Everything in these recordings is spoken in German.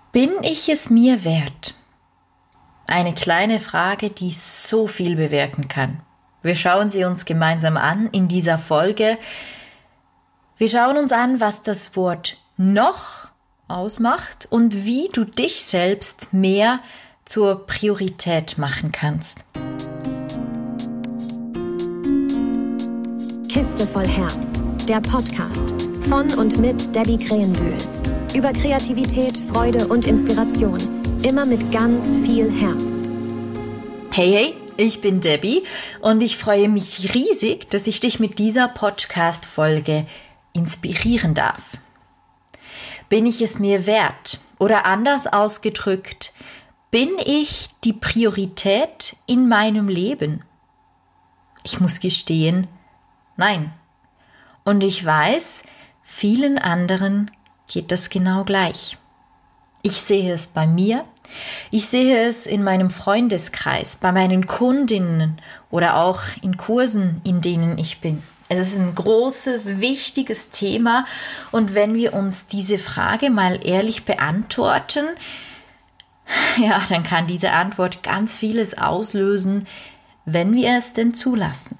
Bin ich es mir wert? Eine kleine Frage, die so viel bewirken kann. Wir schauen sie uns gemeinsam an in dieser Folge. Wir schauen uns an, was das Wort noch ausmacht und wie du dich selbst mehr zur Priorität machen kannst. Kiste voll Herz, der Podcast von und mit Debbie Krähenbühl. Über Kreativität, Freude und Inspiration. Immer mit ganz viel Herz. Hey, ich bin Debbie und ich freue mich riesig, dass ich dich mit dieser Podcast-Folge inspirieren darf. Bin ich es mir wert? Oder anders ausgedrückt, bin ich die Priorität in meinem Leben? Ich muss gestehen, nein. Und ich weiß, vielen anderen geht das genau gleich. Ich sehe es bei mir, ich sehe es in meinem Freundeskreis, bei meinen Kundinnen oder auch in Kursen, in denen ich bin. Es ist ein großes, wichtiges Thema und wenn wir uns diese Frage mal ehrlich beantworten, ja, dann kann diese Antwort ganz vieles auslösen, wenn wir es denn zulassen.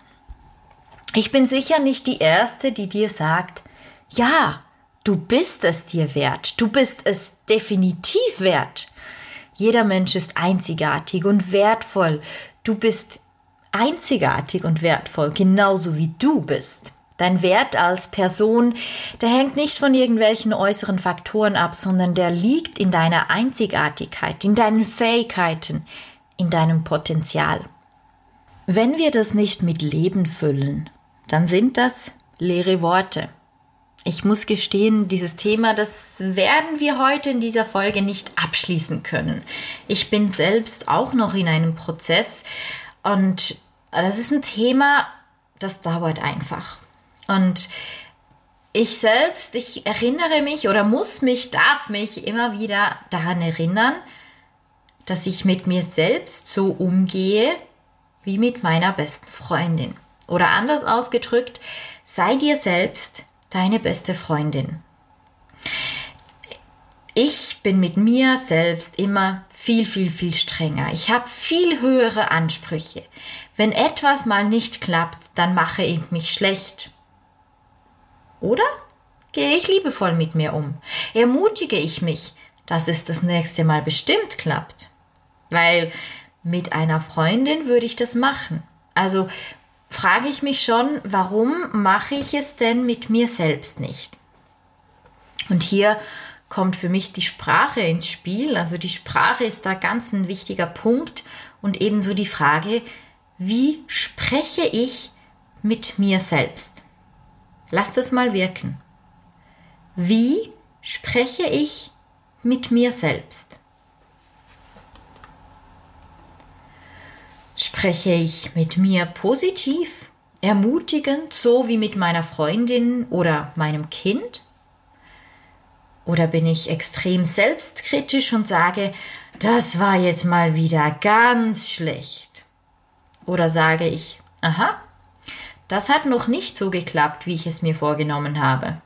Ich bin sicher nicht die Erste, die dir sagt, ja, du bist es dir wert, du bist es definitiv wert. Jeder Mensch ist einzigartig und wertvoll. Du bist einzigartig und wertvoll, genauso wie du bist. Dein Wert als Person, der hängt nicht von irgendwelchen äußeren Faktoren ab, sondern der liegt in deiner Einzigartigkeit, in deinen Fähigkeiten, in deinem Potenzial. Wenn wir das nicht mit Leben füllen, dann sind das leere Worte. Ich muss gestehen, dieses Thema, das werden wir heute in dieser Folge nicht abschließen können. Ich bin selbst auch noch in einem Prozess und das ist ein Thema, das dauert einfach. Und ich selbst, ich erinnere mich oder darf mich immer wieder daran erinnern, dass ich mit mir selbst so umgehe wie mit meiner besten Freundin. Oder anders ausgedrückt, sei dir selbst deine beste Freundin. Ich bin mit mir selbst immer viel strenger. Ich habe viel höhere Ansprüche. Wenn etwas mal nicht klappt, dann mache ich mich schlecht. Oder gehe ich liebevoll mit mir um? Ermutige ich mich, dass es das nächste Mal bestimmt klappt? Weil mit einer Freundin würde ich das machen. Also frage ich mich schon, warum mache ich es denn mit mir selbst nicht? Und hier kommt für mich die Sprache ins Spiel. Also die Sprache ist da ganz ein wichtiger Punkt und ebenso die Frage, wie spreche ich mit mir selbst? Lass das mal wirken. Wie spreche ich mit mir selbst? Spreche ich mit mir positiv, ermutigend, so wie mit meiner Freundin oder meinem Kind? Oder bin ich extrem selbstkritisch und sage, das war jetzt mal wieder ganz schlecht? Oder sage ich, aha, das hat noch nicht so geklappt, wie ich es mir vorgenommen habe.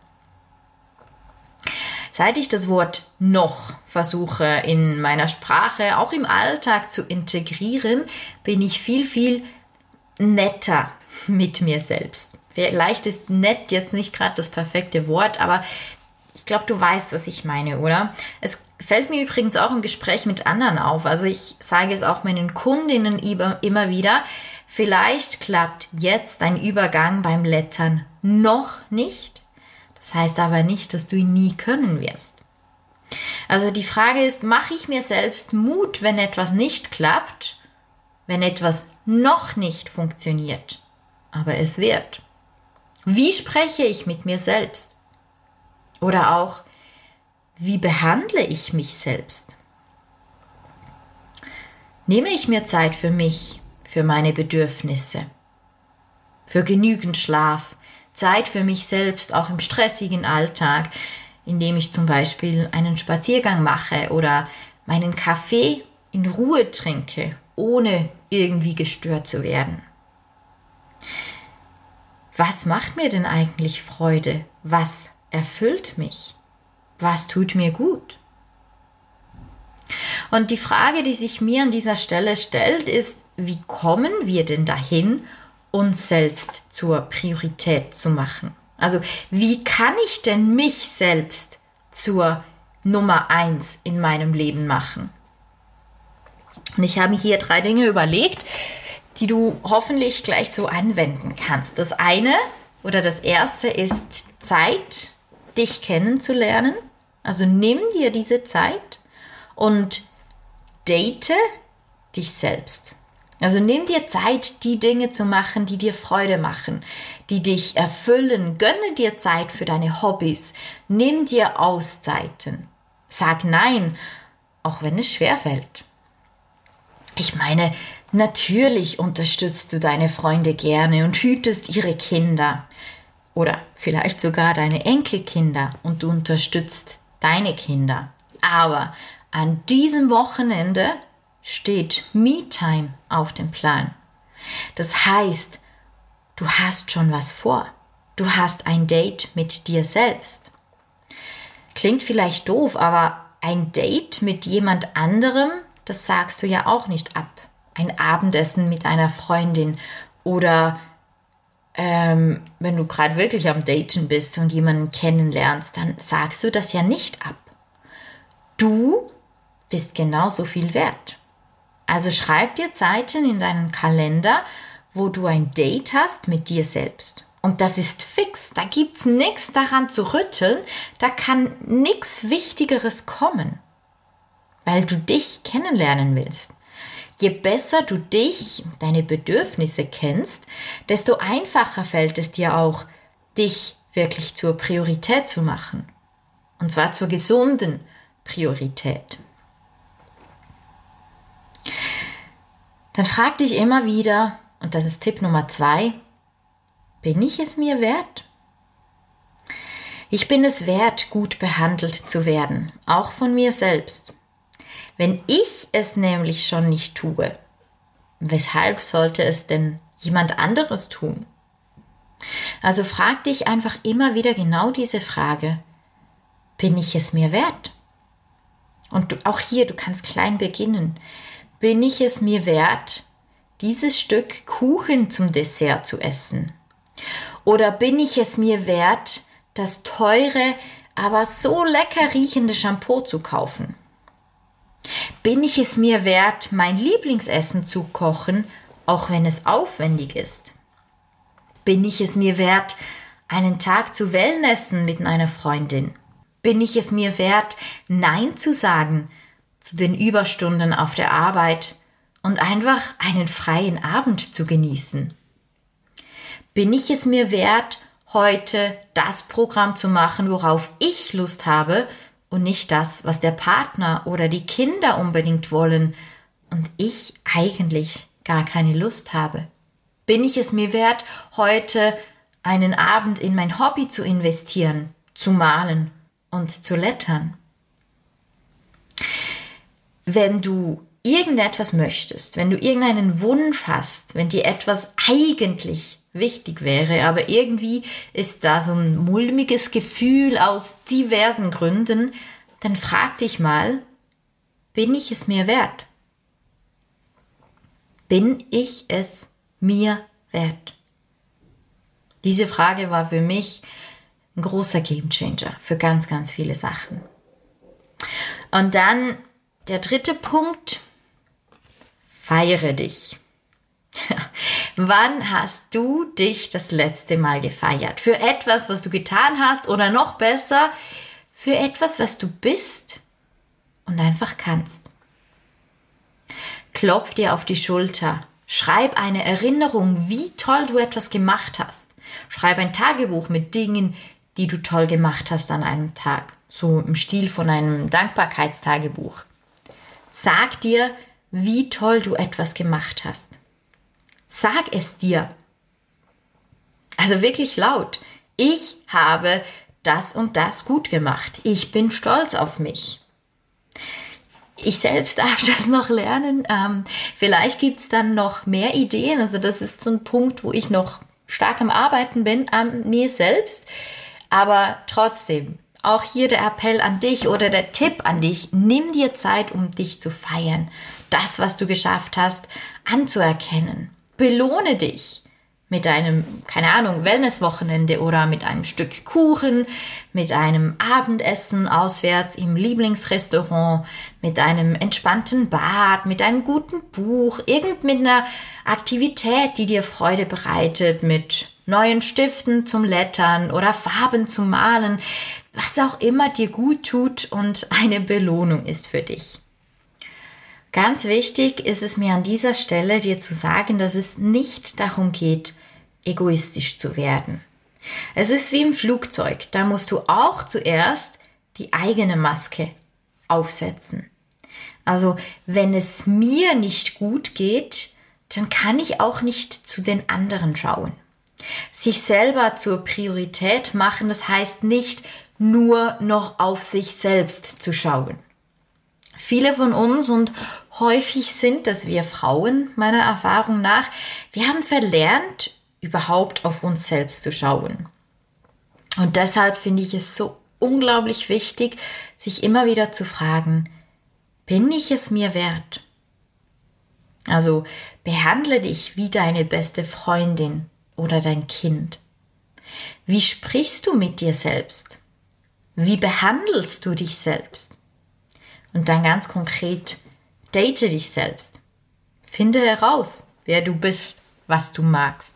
Seit ich das Wort noch versuche in meiner Sprache, auch im Alltag zu integrieren, bin ich viel netter mit mir selbst. Vielleicht ist nett jetzt nicht gerade das perfekte Wort, aber ich glaube, du weißt, was ich meine, oder? Es fällt mir übrigens auch im Gespräch mit anderen auf. Also ich sage es auch meinen Kundinnen immer wieder, vielleicht klappt jetzt ein Übergang beim Lettern noch nicht. Das heißt aber nicht, dass du ihn nie können wirst. Also die Frage ist, mache ich mir selbst Mut, wenn etwas nicht klappt, wenn etwas noch nicht funktioniert, aber es wird? Wie spreche ich mit mir selbst? Oder auch, wie behandle ich mich selbst? Nehme ich mir Zeit für mich, für meine Bedürfnisse, für genügend Schlaf, Zeit für mich selbst, auch im stressigen Alltag, indem ich zum Beispiel einen Spaziergang mache oder meinen Kaffee in Ruhe trinke, ohne irgendwie gestört zu werden. Was macht mir denn eigentlich Freude? Was erfüllt mich? Was tut mir gut? Und die Frage, die sich mir an dieser Stelle stellt, ist, wie kommen wir denn dahin, uns selbst zur Priorität zu machen? Also wie kann ich denn mich selbst zur Nummer 1 in meinem Leben machen? Und ich habe mir hier 3 Dinge überlegt, die du hoffentlich gleich so anwenden kannst. Das eine oder das erste ist Zeit, dich kennenzulernen. Also nimm dir diese Zeit und date dich selbst. Also nimm dir Zeit, die Dinge zu machen, die dir Freude machen, die dich erfüllen. Gönne dir Zeit für deine Hobbys. Nimm dir Auszeiten. Sag Nein, auch wenn es schwerfällt. Ich meine, natürlich unterstützt du deine Freunde gerne und hütest ihre Kinder. Oder vielleicht sogar deine Enkelkinder und du unterstützt deine Kinder. Aber an diesem Wochenende steht Me-Time auf dem Plan. Das heißt, du hast schon was vor. Du hast ein Date mit dir selbst. Klingt vielleicht doof, aber ein Date mit jemand anderem, das sagst du ja auch nicht ab. Ein Abendessen mit einer Freundin oder wenn du gerade wirklich am Daten bist und jemanden kennenlernst, dann sagst du das ja nicht ab. Du bist genauso viel wert. Also schreib dir Zeiten in deinen Kalender, wo du ein Date hast mit dir selbst. Und das ist fix, da gibt's nichts daran zu rütteln, da kann nichts Wichtigeres kommen, weil du dich kennenlernen willst. Je besser du dich, deine Bedürfnisse kennst, desto einfacher fällt es dir auch, dich wirklich zur Priorität zu machen. Und zwar zur gesunden Priorität. Dann frag dich immer wieder, und das ist Tipp Nummer 2, bin ich es mir wert? Ich bin es wert, gut behandelt zu werden, auch von mir selbst. Wenn ich es nämlich schon nicht tue, weshalb sollte es denn jemand anderes tun? Also frag dich einfach immer wieder genau diese Frage, bin ich es mir wert? Und auch hier, du kannst klein beginnen. Bin ich es mir wert, dieses Stück Kuchen zum Dessert zu essen? Oder bin ich es mir wert, das teure, aber so lecker riechende Shampoo zu kaufen? Bin ich es mir wert, mein Lieblingsessen zu kochen, auch wenn es aufwendig ist? Bin ich es mir wert, einen Tag zu Wellnessen mit einer Freundin? Bin ich es mir wert, Nein zu sagen zu den Überstunden auf der Arbeit und einfach einen freien Abend zu genießen? Bin ich es mir wert, heute das Programm zu machen, worauf ich Lust habe und nicht das, was der Partner oder die Kinder unbedingt wollen und ich eigentlich gar keine Lust habe? Bin ich es mir wert, heute einen Abend in mein Hobby zu investieren, zu malen und zu lettern? Wenn du irgendetwas möchtest, wenn du irgendeinen Wunsch hast, wenn dir etwas eigentlich wichtig wäre, aber irgendwie ist da so ein mulmiges Gefühl aus diversen Gründen, dann frag dich mal, bin ich es mir wert? Bin ich es mir wert? Diese Frage war für mich ein großer Gamechanger für ganz, ganz viele Sachen. Und dann der 3. Punkt, feiere dich. Wann hast du dich das letzte Mal gefeiert? Für etwas, was du getan hast oder noch besser, für etwas, was du bist und einfach kannst. Klopf dir auf die Schulter. Schreib eine Erinnerung, wie toll du etwas gemacht hast. Schreib ein Tagebuch mit Dingen, die du toll gemacht hast an einem Tag. So im Stil von einem Dankbarkeitstagebuch. Sag dir, wie toll du etwas gemacht hast. Sag es dir. Also wirklich laut. Ich habe das und das gut gemacht. Ich bin stolz auf mich. Ich selbst darf das noch lernen. Vielleicht gibt es dann noch mehr Ideen. Also das ist so ein Punkt, wo ich noch stark am Arbeiten bin, an mir selbst. Aber trotzdem, auch hier der Appell an dich oder der Tipp an dich, nimm dir Zeit, um dich zu feiern. Das, was du geschafft hast, anzuerkennen. Belohne dich mit einem, keine Ahnung, Wellnesswochenende oder mit einem Stück Kuchen, mit einem Abendessen auswärts im Lieblingsrestaurant, mit einem entspannten Bad, mit einem guten Buch, mit einer Aktivität, die dir Freude bereitet, mit neuen Stiften zum Lettern oder Farben zum Malen, was auch immer dir gut tut und eine Belohnung ist für dich. Ganz wichtig ist es mir an dieser Stelle, dir zu sagen, dass es nicht darum geht, egoistisch zu werden. Es ist wie im Flugzeug, da musst du auch zuerst die eigene Maske aufsetzen. Also wenn es mir nicht gut geht, dann kann ich auch nicht zu den anderen schauen. Sich selber zur Priorität machen, das heißt nicht nur noch auf sich selbst zu schauen. Viele von uns und häufig sind es wir Frauen, meiner Erfahrung nach, wir haben verlernt, überhaupt auf uns selbst zu schauen. Und deshalb finde ich es so unglaublich wichtig, sich immer wieder zu fragen, bin ich es mir wert? Also behandle dich wie deine beste Freundin oder dein Kind. Wie sprichst du mit dir selbst? Wie behandelst du dich selbst? Und dann ganz konkret, date dich selbst. Finde heraus, wer du bist, was du magst.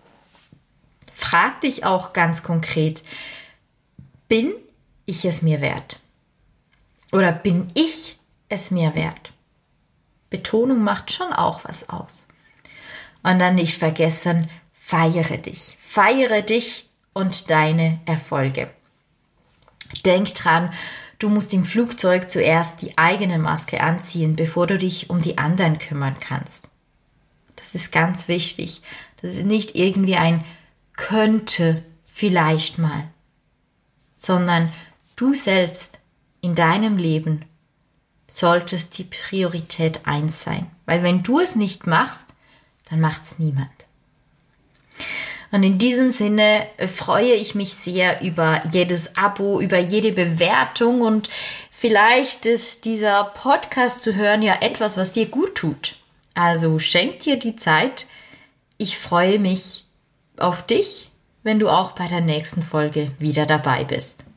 Frag dich auch ganz konkret, bin ich es mir wert? Oder bin ich es mir wert? Betonung macht schon auch was aus. Und dann nicht vergessen, feiere dich und deine Erfolge. Denk dran, du musst im Flugzeug zuerst die eigene Maske anziehen, bevor du dich um die anderen kümmern kannst. Das ist ganz wichtig. Das ist nicht irgendwie ein könnte vielleicht mal, sondern du selbst in deinem Leben solltest die Priorität 1 sein. Weil wenn du es nicht machst, dann macht es niemand. Und in diesem Sinne freue ich mich sehr über jedes Abo, über jede Bewertung und vielleicht ist dieser Podcast zu hören ja etwas, was dir gut tut. Also schenk dir die Zeit. Ich freue mich auf dich, wenn du auch bei der nächsten Folge wieder dabei bist.